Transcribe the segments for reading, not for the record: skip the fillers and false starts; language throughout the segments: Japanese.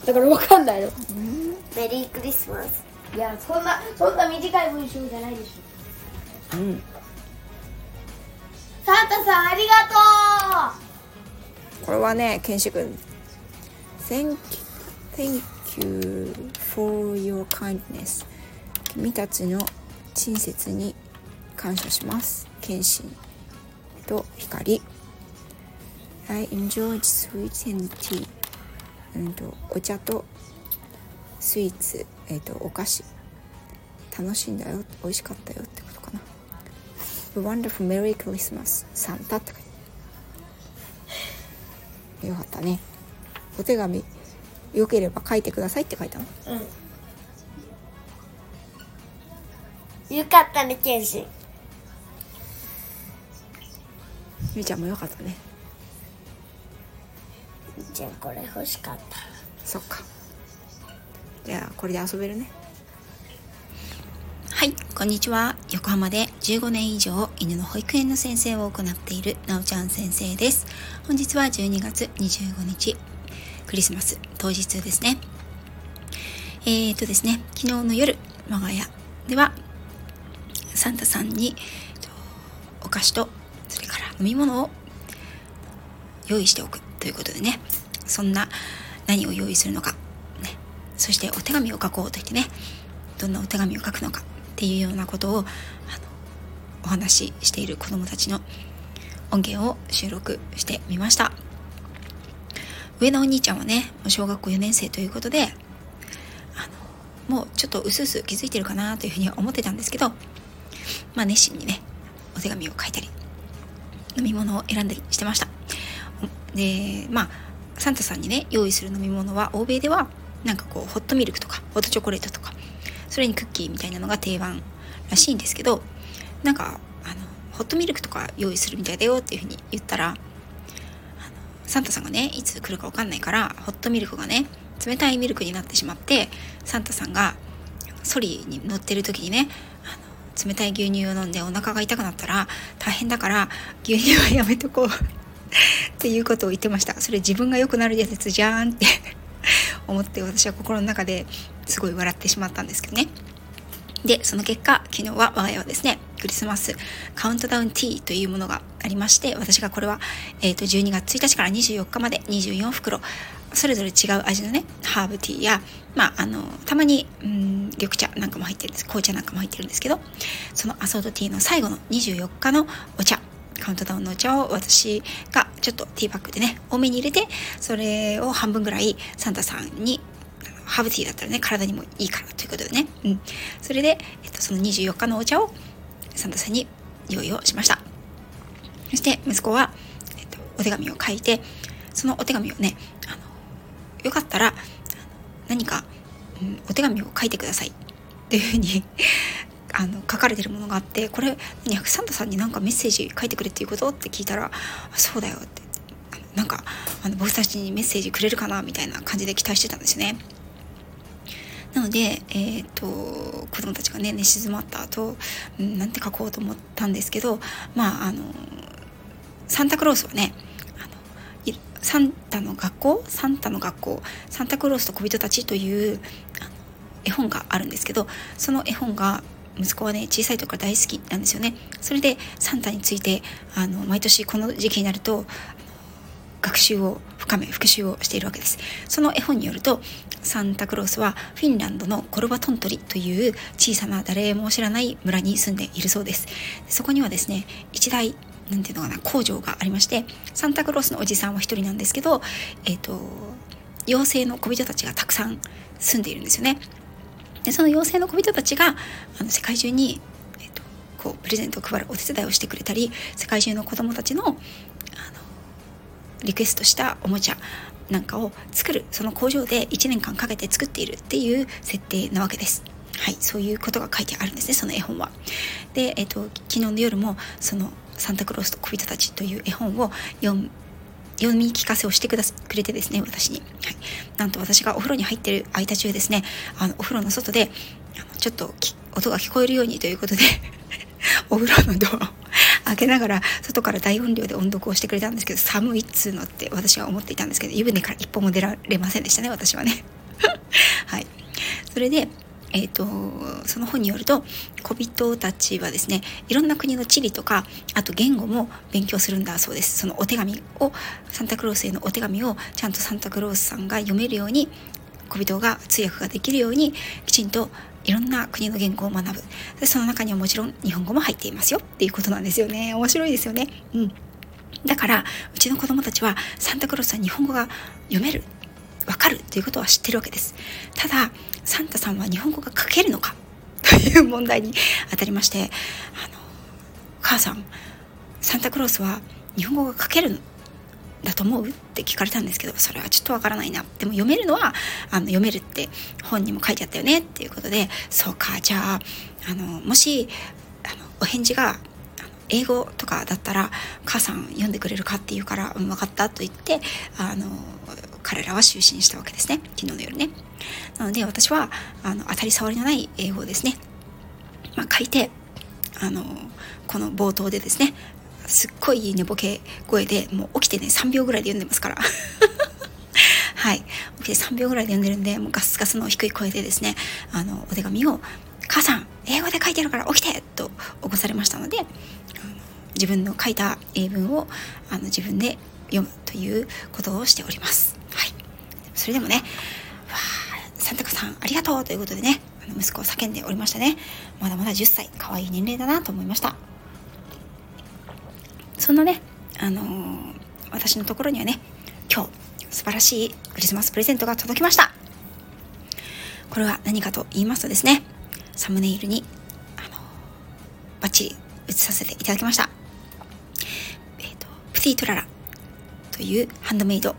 だからわかんないの。 メリークリスマス。 いや、そんな短い文章じゃないでしょ。サンタさんありがとう。 これはね、ケンシ君 Thank you for your kindness。 君たちの親切に感謝します。ケンシンと光。 I enjoyed sweet and tea。 お茶とスイーツ、お菓子楽しんだよ、美味しかったよってことかな。 A wonderful Merry Christmas サンタって書いてよかったね。お手紙よければ書いてくださいって書いたの。 よかったね、ケンシン。 ゆうちゃんもよかったね。 じゃあこれ欲しかった。 そっか。じゃあこれで遊べるね。 はい、こんにちは。横浜で15年以上犬の保育園の先生を行っているなおちゃん先生です。本日は12月25日クリスマス当日ですね。ですね、昨日の夜我が家ではサンタさんにお菓子とそれから飲み物を用意しておくということでね、そんな何を用意するのか、ね、そしてお手紙を書こうと言ってね、どんなお手紙を書くのかっていうようなことをお話ししている子どもたちの音源を収録してみました。上のお兄ちゃんはね、小学校4年生ということでもうちょっとうすうす気づいてるかなというふうには思ってたんですけど、熱心にねお手紙を書いたり飲み物を選んだりしてました。でサンタさんにね用意する飲み物は欧米ではなんかこうホットミルクとかホットチョコレートとかそれにクッキーみたいなのが定番らしいんですけど、なんかホットミルクとか用意するみたいだよっていうふうに言ったら、サンタさんがねいつ来るか分かんないからホットミルクがね冷たいミルクになってしまって、サンタさんがソリに乗ってる時にね冷たい牛乳を飲んでお腹が痛くなったら大変だから牛乳はやめとこうっていうことを言ってました。それ自分が良くなるやつじゃーんって思って、私は心の中ですごい笑ってしまったんですけどね。でその結果、昨日は我が家はですねクリスマスカウントダウンティーというものがありまして、私がこれは、12月1日から24日まで24袋それぞれ違う味のねハーブティーや、たまに緑茶なんかも入ってるんです、紅茶なんかも入ってるんですけど、そのアソートティーの最後の24日のお茶、カウントダウンのお茶を私がちょっとティーバッグでね多めに入れて、それを半分ぐらいサンタさんにハーブティーだったらね体にもいいからということでね、それで、その24日のお茶をサンタさんに用意をしました。そして息子は、お手紙を書いて、そのお手紙をねよかったら何か、お手紙を書いてくださいというふうに書かれてるものがあって、これサンタさんになんかメッセージ書いてくれっていうことって聞いたら、そうだよって、なんか僕たちにメッセージくれるかなみたいな感じで期待してたんですね。なので、子供たちがね寝静まった後、なんて書こうと思ったんですけど、サンタクロースはねサンタの学校サンタクロースと小人たちという絵本があるんですけど、その絵本が息子はね小さい時から大好きなんですよね。それでサンタについて毎年この時期になると学習を復習をしているわけです。その絵本によると、サンタクロースはフィンランドのコルバトントリという小さな誰も知らない村に住んでいるそうです。そこにはですね一大工場がありまして、サンタクロースのおじさんは一人なんですけど、妖精の小人たちがたくさん住んでいるんですよね。でその妖精の小人たちが世界中に、プレゼントを配るお手伝いをしてくれたり、世界中の子どもたちのリクエストしたおもちゃなんかを作る、その工場で1年間かけて作っているっていう設定なわけです。はい、そういうことが書いてあるんですね、その絵本は。で、昨日の夜もそのサンタクロースと小人たちという絵本を読み聞かせをしてくれてですね、私に、はい、なんと私がお風呂に入っている間中ですね、お風呂の外でちょっと音が聞こえるようにということでお風呂のドアを開けながら外から大音量で音読をしてくれたんですけど、寒いっつうのって私は思っていたんですけど、湯船から一歩も出られませんでしたね、私はね。 はい。それで、その本によると、小人たちはですね、いろんな国の地理とか、あと言語も勉強するんだそうです。そのお手紙を、サンタクロースへのお手紙をちゃんとサンタクロースさんが読めるように、小人が通訳ができるように、きちんといろんな国の言語を学ぶ。でその中にはもちろん日本語も入っていますよっていうことなんですよね。面白いですよね。だからうちの子供たちはサンタクロースは日本語が読める、わかるということは知ってるわけです。ただサンタさんは日本語が書けるのかという問題に当たりまして、お母さん、サンタクロースは日本語が書けるんだと思うって聞かれたんですけど、それはちょっとわからないな。でも読めるのは読めるって本にも書いてあったよねっていうことで、そうか、じゃあもしお返事が英語とかだったら母さん読んでくれるかって言うから、分かったと言って彼らは就寝したわけですね、昨日の夜ね。なので私は当たり障りのない英語をですね、書いてこの冒頭でですね、すっごい寝ぼけ声でもう起きてね3秒ぐらいで読んでますからはい、起きて3秒ぐらいで読んでるんで、もうガスガスの低い声でですね、お手紙を母さん英語で書いてるから起きてと起こされましたので、自分の書いた英文を自分で読むということをしております。はい、それでもね、サンタさんありがとうということでね、息子を叫んでおりましたね。まだまだ10歳、可愛い年齢だなと思いました。そんなね、私のところにはね、今日素晴らしいクリスマスプレゼントが届きました。これは何かと言いますとですね、サムネイルにバッチリ写させていただきました。プティトララというハンドメイド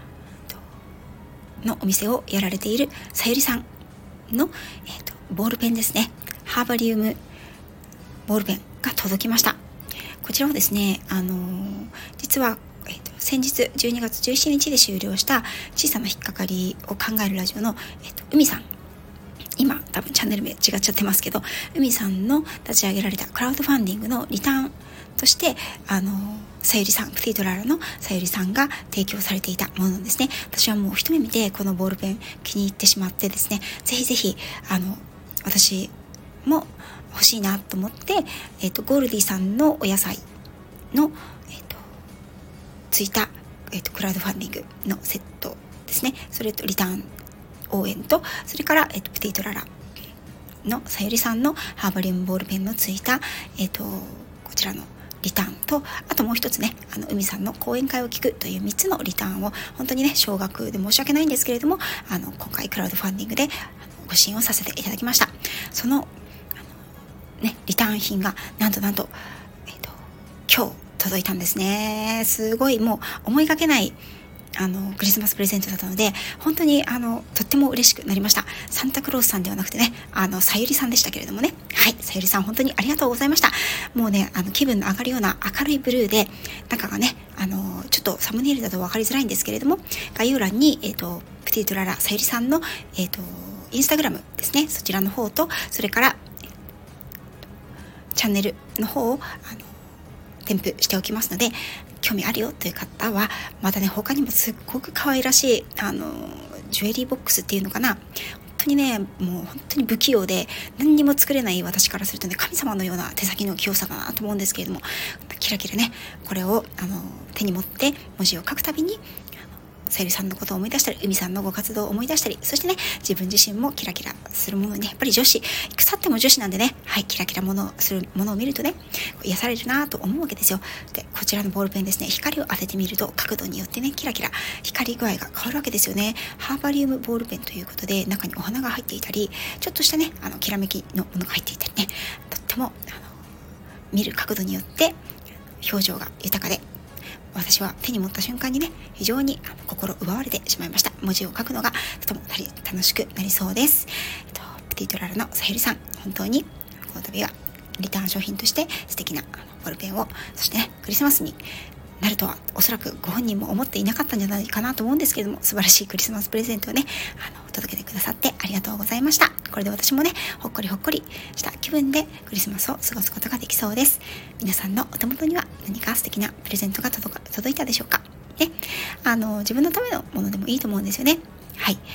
のお店をやられているさゆりさんの、ボールペンですね。ハーバリウムボールペンが届きました。こちらはですね、実は、先日12月17日で終了した小さな引っかかりを考えるラジオの、海さん、今多分チャンネル名違っちゃってますけど、海さんの立ち上げられたクラウドファンディングのリターンとしてさゆりさん、プティトララのさゆりさんが提供されていたものなんですね。私はもう一目見てこのボールペン気に入ってしまってですね、ぜひぜひ私も欲しいなと思って、ゴールディさんのお野菜の、ついた、クラウドファンディングのセットですね。それとリターン応援と、それから、プティトララのさゆりさんのハーバリウムボールペンのついた、こちらのリターンと、あともう一つね、海さんの講演会を聞くという3つのリターンを、本当にね少額で申し訳ないんですけれども、今回クラウドファンディングでご支援をさせていただきました。そのリターン品がなんと、今日届いたんですね。すごいもう思いがけないクリスマスプレゼントだったので、本当にとっても嬉しくなりました。サンタクロースさんではなくてね、さゆりさんでしたけれどもね。はい、さゆりさん本当にありがとうございました。もうね、気分の上がるような明るいブルーで、中がね、ちょっとサムネイルだと分かりづらいんですけれども、概要欄に、プティトララさゆりさんの、インスタグラムですね、そちらの方と、それからチャンネルの方を添付しておきますので、興味あるよという方は、またね、他にもすっごく可愛らしいジュエリーボックスっていうのかな、本当にね、もう本当に不器用で何にも作れない私からするとね、神様のような手先の器用さだなと思うんですけれども、キラキラね、これを手に持って文字を書くたびにさゆりさんのことを思い出したり、海さんのご活動を思い出したり、そしてね、自分自身もキラキラするものにね、やっぱり女子、腐っても女子なんでね、はい、キラキラするものを見るとね、癒されるなと思うわけですよ。で、こちらのボールペンですね、光を当ててみると角度によってね、キラキラ光具合が変わるわけですよね。ハーバリウムボールペンということで、中にお花が入っていたり、ちょっとしたね、きらめきのものが入っていたりね、とっても見る角度によって表情が豊かで、私は手に持った瞬間にね、非常に心奪われてしまいました。文字を書くのがとても楽しくなりそうです。プティトララのさゆりさん、本当にこの度はリターン商品として素敵なボールペンを、そしてね、クリスマスになるとはおそらくご本人も思っていなかったんじゃないかなと思うんですけれども、素晴らしいクリスマスプレゼントをね、届けてくださってありがとうございました。これで私もね、ほっこりほっこりした気分でクリスマスを過ごすことができそうです。皆さんのお手元には何か素敵なプレゼントが届いたでしょうかね。自分のためのものでもいいと思うんですよね。はい、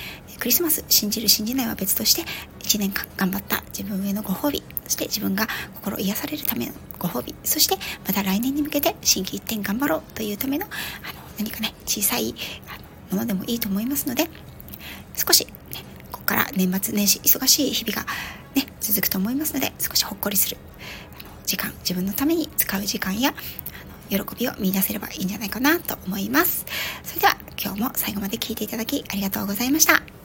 クリスマス信じる信じないは別として、1年間頑張った自分へのご褒美、そして自分が心癒されるためのご褒美、そしてまた来年に向けて心機一転頑張ろうというための何かね、小さいものでもいいと思いますので、少し、ね、ここから年末年始忙しい日々が、ね、続くと思いますので、少しほっこりする時間、自分のために使う時間や喜びを見出せればいいんじゃないかなと思います。それでは今日も最後まで聞いていただきありがとうございました。